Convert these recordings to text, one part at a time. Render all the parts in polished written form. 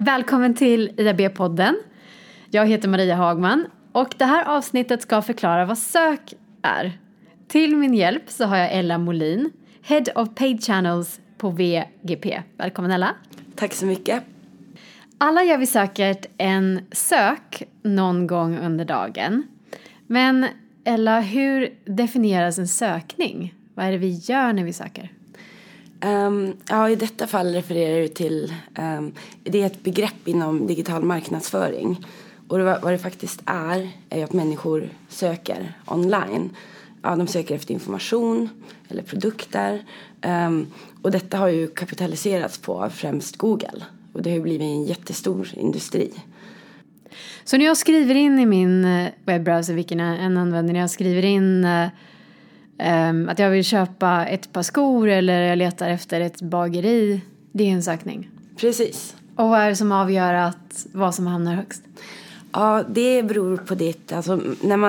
Välkommen till IAB-podden. Jag heter Maria Hagman och det här avsnittet ska förklara vad sök är. Till min hjälp så har jag Ella Molin, Head of Paid Channels på VGP. Välkommen Ella. Tack så mycket. Alla gör vi säkert en sök någon gång under dagen. Men Ella, hur definieras en sökning? Vad är det vi gör när vi söker? I detta fall refererar du till det är ett begrepp inom digital marknadsföring. Och vad det faktiskt är att människor söker online. Ja, de söker efter information eller produkter. Och detta har ju kapitaliserats på främst Google. Och det har ju blivit en jättestor industri. Så när jag skriver in i min webbrowser, vilken en använder, när jag skriver in att jag vill köpa ett par skor eller jag letar efter ett bageri, det är en sökning. Precis. Och vad är det som avgör vad som hamnar högst? Ja, det beror på det. Alltså, när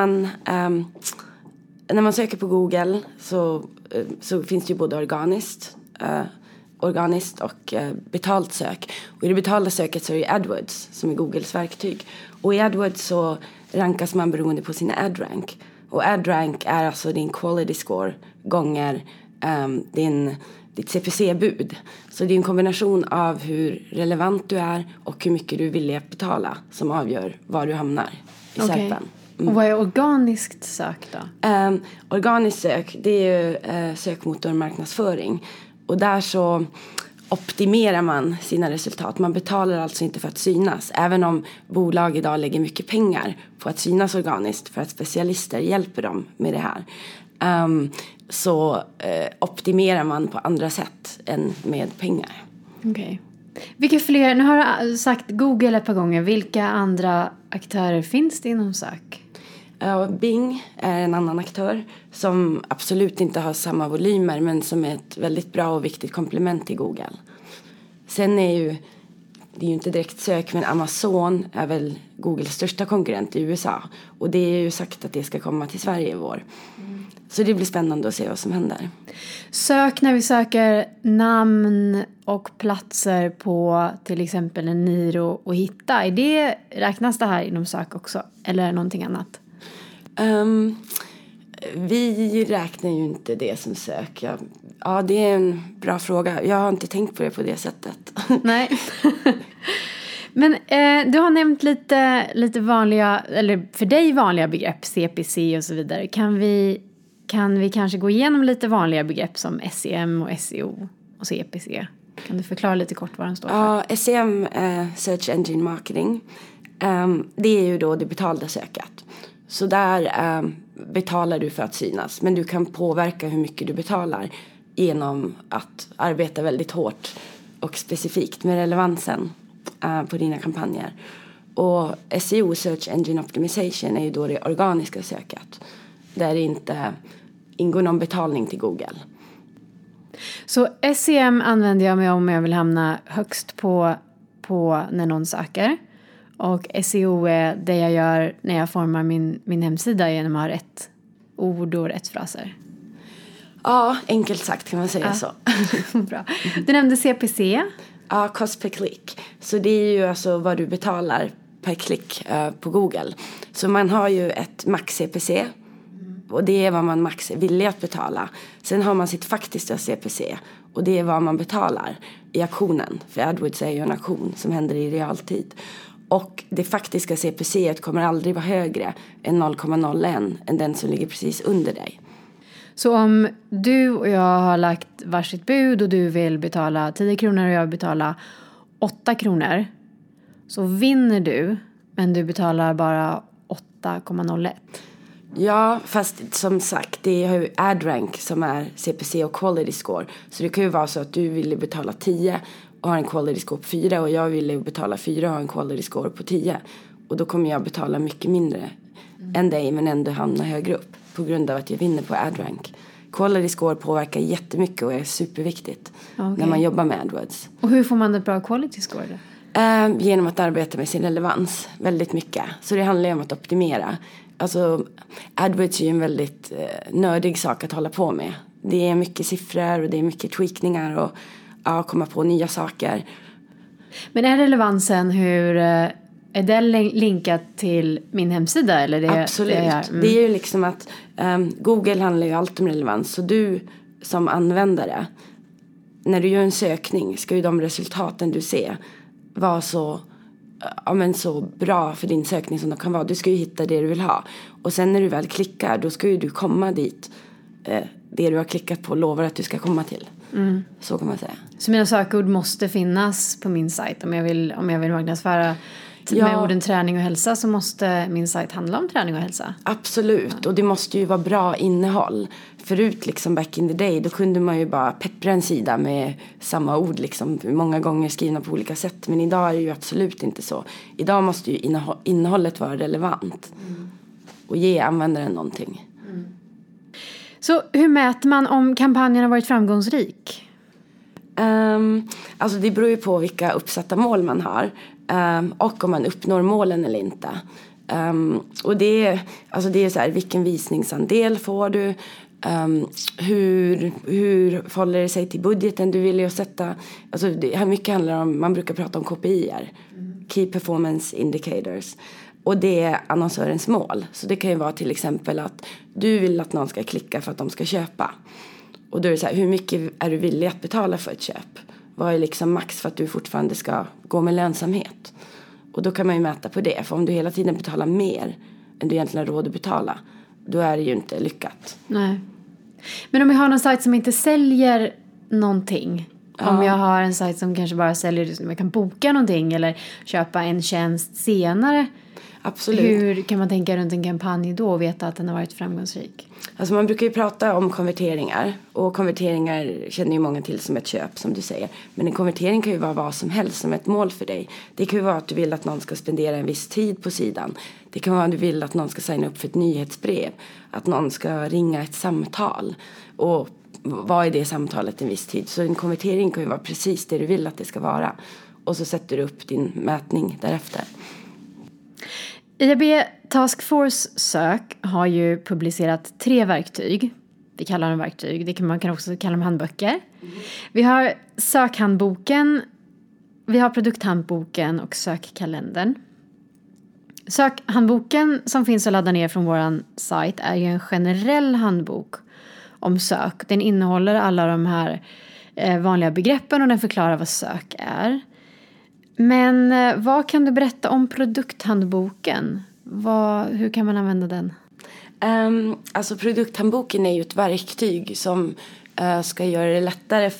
man söker på Google så finns det ju både organiskt och betalt sök. Och i det betalda söket så är det AdWords som är Googles verktyg. Och i AdWords så rankas man beroende på sin AdRank. Och AdRank är alltså din quality score gånger ditt CPC-bud. Så det är en kombination av hur relevant du är och hur mycket du vill betala som avgör var du hamnar i SERPen. Och vad är organiskt sök då? Organiskt sök, det är ju sökmotormarknadsföring. Och där så optimerar man sina resultat. Man betalar alltså inte för att synas. Även om bolag idag lägger mycket pengar på att synas organiskt för att specialister hjälper dem med det här. Så optimerar man på andra sätt än med pengar. Okej. Vilka fler, nu har jag sagt Google ett par gånger. Vilka andra aktörer finns det inom sök? Bing är en annan aktör som absolut inte har samma volymer men som är ett väldigt bra och viktigt komplement till Google. Sen är det är ju inte direkt sök, men Amazon är väl Googles största konkurrent i USA. Och det är ju sagt att det ska komma till Sverige i vår. Så det blir spännande att se vad som händer. Sök när vi söker namn och platser på till exempel en Niro och hitta. Räknas det här inom sök också? Eller någonting annat? Vi räknar ju inte det som sök. Ja, det är en bra fråga. Jag har inte tänkt på det på det sättet. Nej. Men du har nämnt lite vanliga, eller för dig vanliga begrepp, CPC och så vidare. Kan vi kanske gå igenom lite vanliga begrepp som SEM och SEO och CPC? Kan du förklara lite kort vad de står för? Ja, SEM, Search Engine Marketing, det är ju då det betalda söket. Så där betalar du för att synas. Men du kan påverka hur mycket du betalar genom att arbeta väldigt hårt och specifikt med relevansen på dina kampanjer. Och SEO, Search Engine Optimization, är ju då det organiska söket. Där det inte ingår någon betalning till Google. Så SEM använder jag mig om jag vill hamna högst på när någon söker. Och SEO är det jag gör när jag formar min hemsida genom att ha rätt ord och rätt fraser. Ja, enkelt sagt kan man säga så. Bra. Du nämnde CPC. Ja, cost per click. Så det är ju alltså vad du betalar per klick på Google. Så man har ju ett max-CPC. Och det är vad man max är villig att betala. Sen har man sitt faktiska CPC. Och det är vad man betalar i auktionen. För AdWords är ju en auktion som händer i realtid. Och det faktiska CPC kommer aldrig vara högre än 0,01 än den som ligger precis under dig. Så om du och jag har lagt varsitt bud och du vill betala 10 kronor och jag vill betala 8 kronor. Så vinner du, men du betalar bara 8,01. Ja, fast som sagt, det är ju AdRank som är CPC och quality score. Så det kan ju vara så att du ville betala 10 och har en quality score på 4 och jag ville betala 4 och ha en quality score på 10. Och då kommer jag betala mycket mindre än dig men ändå hamna högre upp på grund av att jag vinner på AdRank. Quality score påverkar jättemycket och är superviktigt när man jobbar med AdWords. Och hur får man ett bra quality score då? Genom att arbeta med sin relevans väldigt mycket. Så det handlar ju om att optimera. Alltså AdWords är ju en väldigt nördig sak att hålla på med. Det är mycket siffror och det är mycket tweakningar och komma på nya saker. Men är relevansen hur... Är det länkat till min hemsida? Eller det, absolut. Det är ju liksom att Google handlar ju alltid om relevans. Så du som användare, när du gör en sökning ska ju de resultaten du ser vara så bra för din sökning som de kan vara. Du ska ju hitta det du vill ha. Och sen när du väl klickar, då ska ju du komma dit det du har klickat på lovar att du ska komma till. Så kan man säga. Så mina sökord måste finnas på min sajt om jag vill marknadsföra med orden träning och hälsa, så måste min sajt handla om träning och hälsa. Absolut, och det måste ju vara bra innehåll. Förut liksom back in the day, då kunde man ju bara peppra en sida med samma ord liksom, många gånger skrivna på olika sätt. Men idag är det ju absolut inte så. Idag måste ju innehållet vara relevant och ge användaren någonting. Så hur mäter man om kampanjen har varit framgångsrik? Alltså det beror ju på vilka uppsatta mål man har. Och om man uppnår målen eller inte. Och det är så här, vilken visningsandel får du? Hur håller det sig till budgeten du vill ju sätta? Alltså det här mycket handlar om, man brukar prata om KPI:er. Key Performance Indicators. Och det är annonsörens mål. Så det kan ju vara till exempel att du vill att någon ska klicka för att de ska köpa. Och då är det så här, hur mycket är du villig att betala för ett köp? Vad är liksom max för att du fortfarande ska gå med lönsamhet? Och då kan man ju mäta på det. För om du hela tiden betalar mer än du egentligen har råd att betala, då är det ju inte lyckat. Nej. Men om jag har någon sajt som inte säljer någonting. Ja. Om jag har en sajt som kanske bara säljer, man kan boka någonting eller köpa en tjänst senare. Absolut. Hur kan man tänka runt en kampanj då och veta att den har varit framgångsrik? Alltså man brukar ju prata om konverteringar. Och konverteringar känner ju många till som ett köp, som du säger. Men en konvertering kan ju vara vad som helst som ett mål för dig. Det kan ju vara att du vill att någon ska spendera en viss tid på sidan. Det kan vara att du vill att någon ska signa upp för ett nyhetsbrev. Att någon ska ringa ett samtal. Och vad är det samtalet en viss tid? Så en konvertering kan ju vara precis det du vill att det ska vara. Och så sätter du upp din mätning därefter. IAB Task Force Sök har ju publicerat 3 verktyg. Vi kallar dem verktyg. Man kan också kalla dem handböcker. Vi har sökhandboken, vi har produkthandboken och sökkalendern. Sökhandboken som finns att ladda ner från vår sajt är ju en generell handbok om sök. Den innehåller alla de här vanliga begreppen och den förklarar vad sök är. Men vad kan du berätta om produkthandboken? Hur kan man använda den? Alltså produkthandboken är ju ett verktyg som ska göra det lättare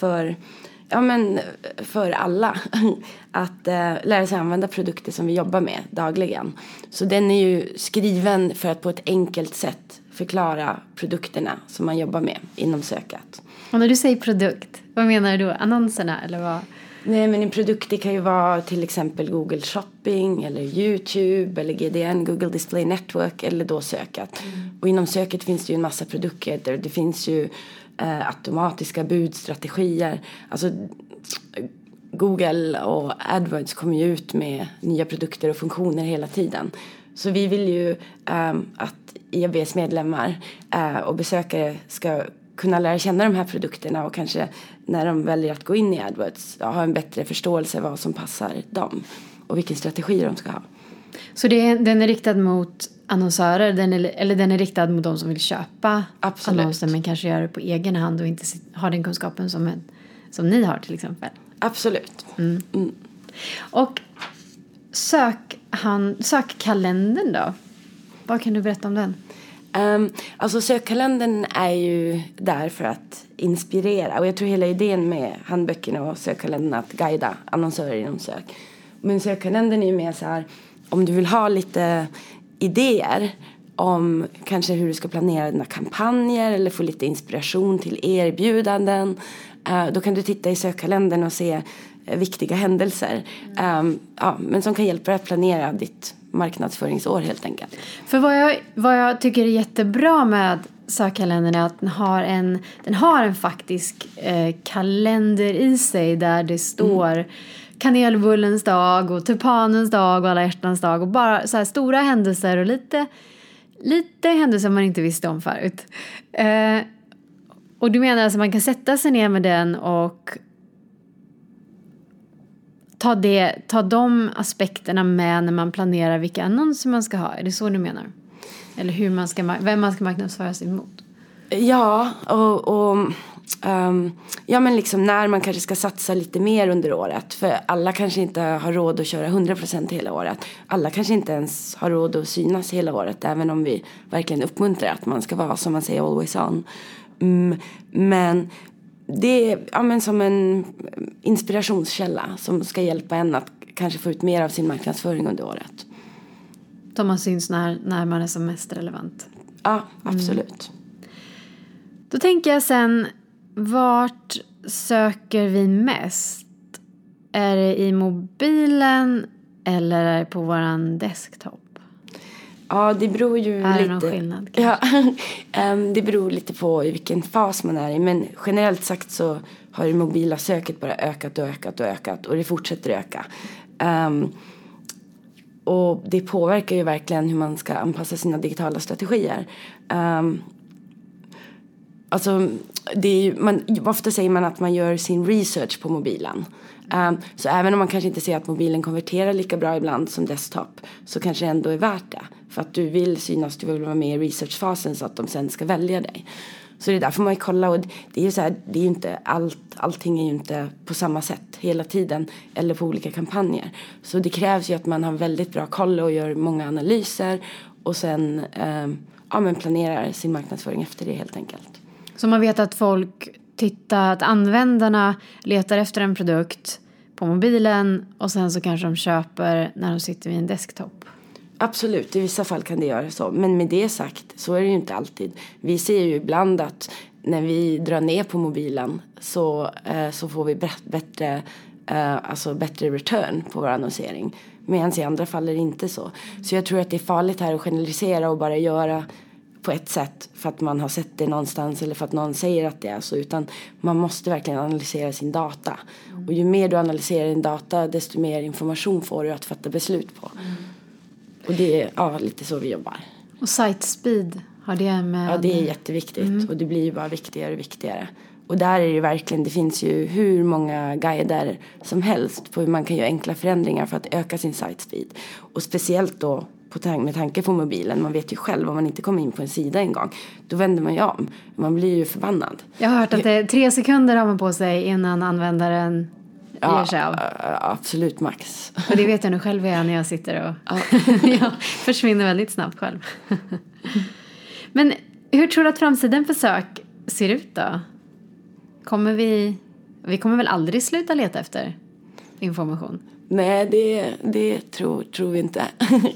för alla att lära sig använda produkter som vi jobbar med dagligen. Så den är ju skriven för att på ett enkelt sätt förklara produkterna som man jobbar med inom sökat. Och när du säger produkt, vad menar du då? Annonserna eller vad? Nej, men en produkt det kan ju vara till exempel Google Shopping eller YouTube eller GDN, Google Display Network eller då sökat. Och inom söket finns det ju en massa produkter. Det finns ju automatiska budstrategier. Alltså Google och AdWords kommer ju ut med nya produkter och funktioner hela tiden. Så vi vill ju att IABs medlemmar och besökare ska kunna lära känna de här produkterna och kanske när de väljer att gå in i AdWords ha en bättre förståelse vad som passar dem och vilken strategi de ska ha. Så den är riktad mot annonsörer den är riktad mot de som vill köpa annonser men kanske gör det på egen hand och inte har den kunskapen som ni har till exempel. Absolut. Och sökkalendern då? Vad kan du berätta om den? Alltså sökkalendern är ju där för att inspirera och jag tror hela idén med handböckerna och sökkalendern att guida annonsörer inom sök. Men sökkalendern är ju mer så här, om du vill ha lite idéer om kanske hur du ska planera dina kampanjer eller få lite inspiration till erbjudanden, då kan du titta i sökkalendern och se viktiga händelser men som kan hjälpa dig att planera ditt marknadsföringsår helt enkelt. För vad jag tycker är jättebra med sökkalendern är att den har en faktisk kalender i sig där det står kanelbullens dag och tulpanens dag och alla hjärtans dag och bara så här stora händelser och lite händelser man inte visste om förut. Och du menar alltså man kan sätta sig ner med den och ta de aspekterna med när man planerar vilka annonser man ska ha. Är det så du menar? Eller vem man ska marknadsföra sig mot? Ja, ja, men liksom när man kanske ska satsa lite mer under året. För alla kanske inte har råd att köra 100% hela året. Alla kanske inte ens har råd att synas hela året. Även om vi verkligen uppmuntrar att man ska vara, som man säger, always on. Men det är som en inspirationskälla som ska hjälpa en att kanske få ut mer av sin marknadsföring under året. Då man syns när man är som mest relevant. Ja, absolut. Då tänker jag sen, vart söker vi mest? Är det i mobilen eller är det på våran desktop? Ja, det beror ju är lite. Det någon skillnad? Ja, det beror lite på i vilken fas man är i. Men generellt sagt så har det mobila söket bara ökat. Och det fortsätter öka. Och det påverkar ju verkligen hur man ska anpassa sina digitala strategier. Alltså, ofta säger man att man gör sin research på mobilen. Så även om man kanske inte ser att mobilen konverterar lika bra ibland som desktop, så kanske det ändå är värt det. För att du vill synas, du vill vara med i researchfasen så att de sen ska välja dig. Så det är därför man ju kolla, och det är ju så här, det är ju inte allting är ju inte på samma sätt hela tiden eller på olika kampanjer. Så det krävs ju att man har väldigt bra koll och gör många analyser och sen planerar sin marknadsföring efter det helt enkelt. Så man vet att att användarna letar efter en produkt på mobilen och sen så kanske de köper när de sitter vid en desktop. Absolut, i vissa fall kan det göra så. Men med det sagt så är det ju inte alltid. Vi ser ju ibland att när vi drar ner på mobilen så får vi bättre return på vår annonsering. Medan i andra fall är det inte så. Så jag tror att det är farligt här att generalisera och bara göra på ett sätt för att man har sett det någonstans eller för att någon säger att det är så, utan man måste verkligen analysera sin data. Och ju mer du analyserar din data, desto mer information får du att fatta beslut på. Och det är lite så vi jobbar. Och site speed, har det med? Ja, det är jätteviktigt och det blir ju bara viktigare och viktigare. Och där är det ju verkligen, det finns ju hur många guider som helst på hur man kan göra enkla förändringar för att öka sin site speed. Och speciellt då med tanke på mobilen. Man vet ju själv, om man inte kommer in på en sida en gång, då vänder man ju om. Man blir ju förbannad. Jag har hört att det är 3 sekunder har man på sig innan användaren ger sig av. Absolut max. Och det vet jag nu själv när jag sitter och jag försvinner väldigt snabbt själv. Men hur tror du att framtiden för sök ser ut då? Vi kommer väl aldrig sluta leta efter information? Nej, det tror vi inte.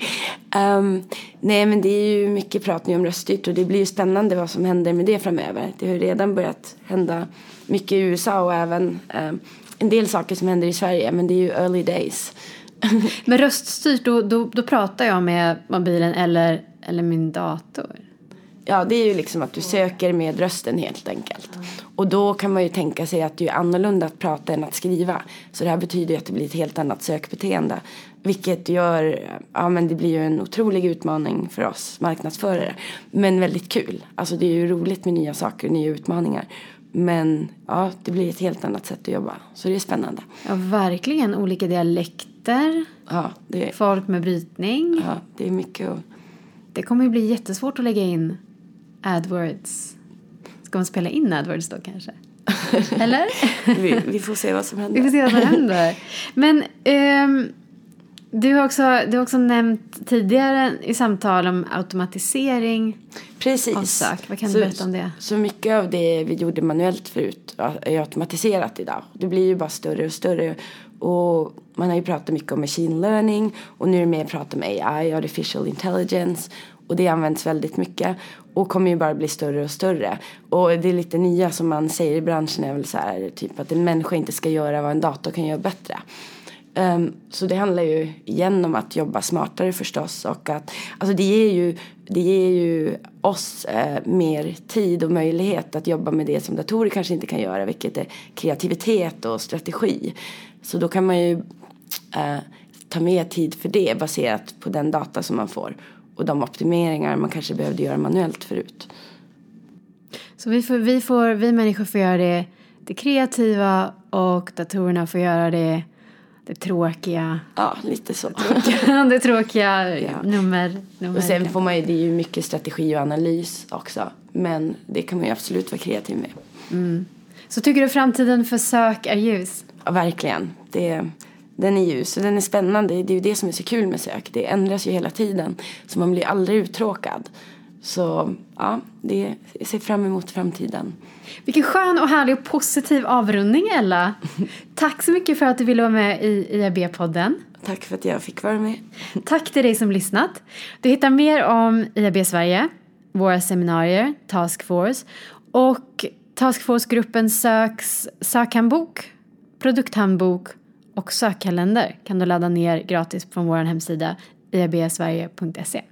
Nej, men det är ju mycket prat nu om röststyrt och det blir ju spännande vad som händer med det framöver. Det har ju redan börjat hända mycket i USA och även en del saker som händer i Sverige, men det är ju early days. Men röststyrt, då pratar jag med mobilen eller min dator? Ja, det är ju liksom att du söker med rösten helt enkelt. Och då kan man ju tänka sig att det är annorlunda att prata än att skriva. Så det här betyder ju att det blir ett helt annat sökbeteende. Vilket gör, men det blir ju en otrolig utmaning för oss marknadsförare. Men väldigt kul. Alltså det är ju roligt med nya saker, nya utmaningar. Men det blir ett helt annat sätt att jobba. Så det är spännande. Ja, verkligen. Olika dialekter. Ja, folk med brytning. Ja, det är mycket. Det kommer ju bli jättesvårt att lägga in AdWords. Ska man spela in AdWords då kanske? Eller? Vi får se vad som händer. Vi får se vad som händer. Men du har också nämnt tidigare i samtal om automatisering. Precis. Av sök. Vad kan du berätta om det? Så mycket av det vi gjorde manuellt förut är automatiserat idag. Det blir ju bara större och större. Och man har ju pratat mycket om machine learning. Och nu är det mer prat om AI, artificial intelligence. Och det används väldigt mycket. Och kommer ju bara bli större och större. Och det är lite nya som man säger i branschen är väl så här. Typ att en människa inte ska göra vad en dator kan göra bättre. Så det handlar ju igen om att jobba smartare förstås. Och att, alltså det ger ju oss mer tid och möjlighet att jobba med det som datorer kanske inte kan göra. Vilket är kreativitet och strategi. Så då kan man ju ta mer tid för det baserat på den data som man får. Och de optimeringar man kanske behövde göra manuellt förut. Så vi människor får göra det kreativa och datorerna får göra det det tråkiga. Ja, lite så tråkiga. Det tråkiga nummer. Och sen får man ju, det är ju mycket strategi och analys också. Men det kan man ju absolut vara kreativ med. Så tycker du framtiden för sök är ljus? Ja, verkligen. Den är ljus och den är spännande. Det är ju det som är så kul med sök. Det ändras ju hela tiden. Så man blir aldrig uttråkad. Så ja, jag ser fram emot framtiden. Vilken skön och härlig och positiv avrundning, Ella. Tack så mycket för att du ville vara med i IAB-podden. Tack för att jag fick vara med. Tack till dig som lyssnat. Du hittar mer om IAB Sverige, våra seminarier, Taskforce och Taskforce-gruppen sökhandbok, produkthandbok och sökkalender kan du ladda ner gratis från vår hemsida iabsverige.se.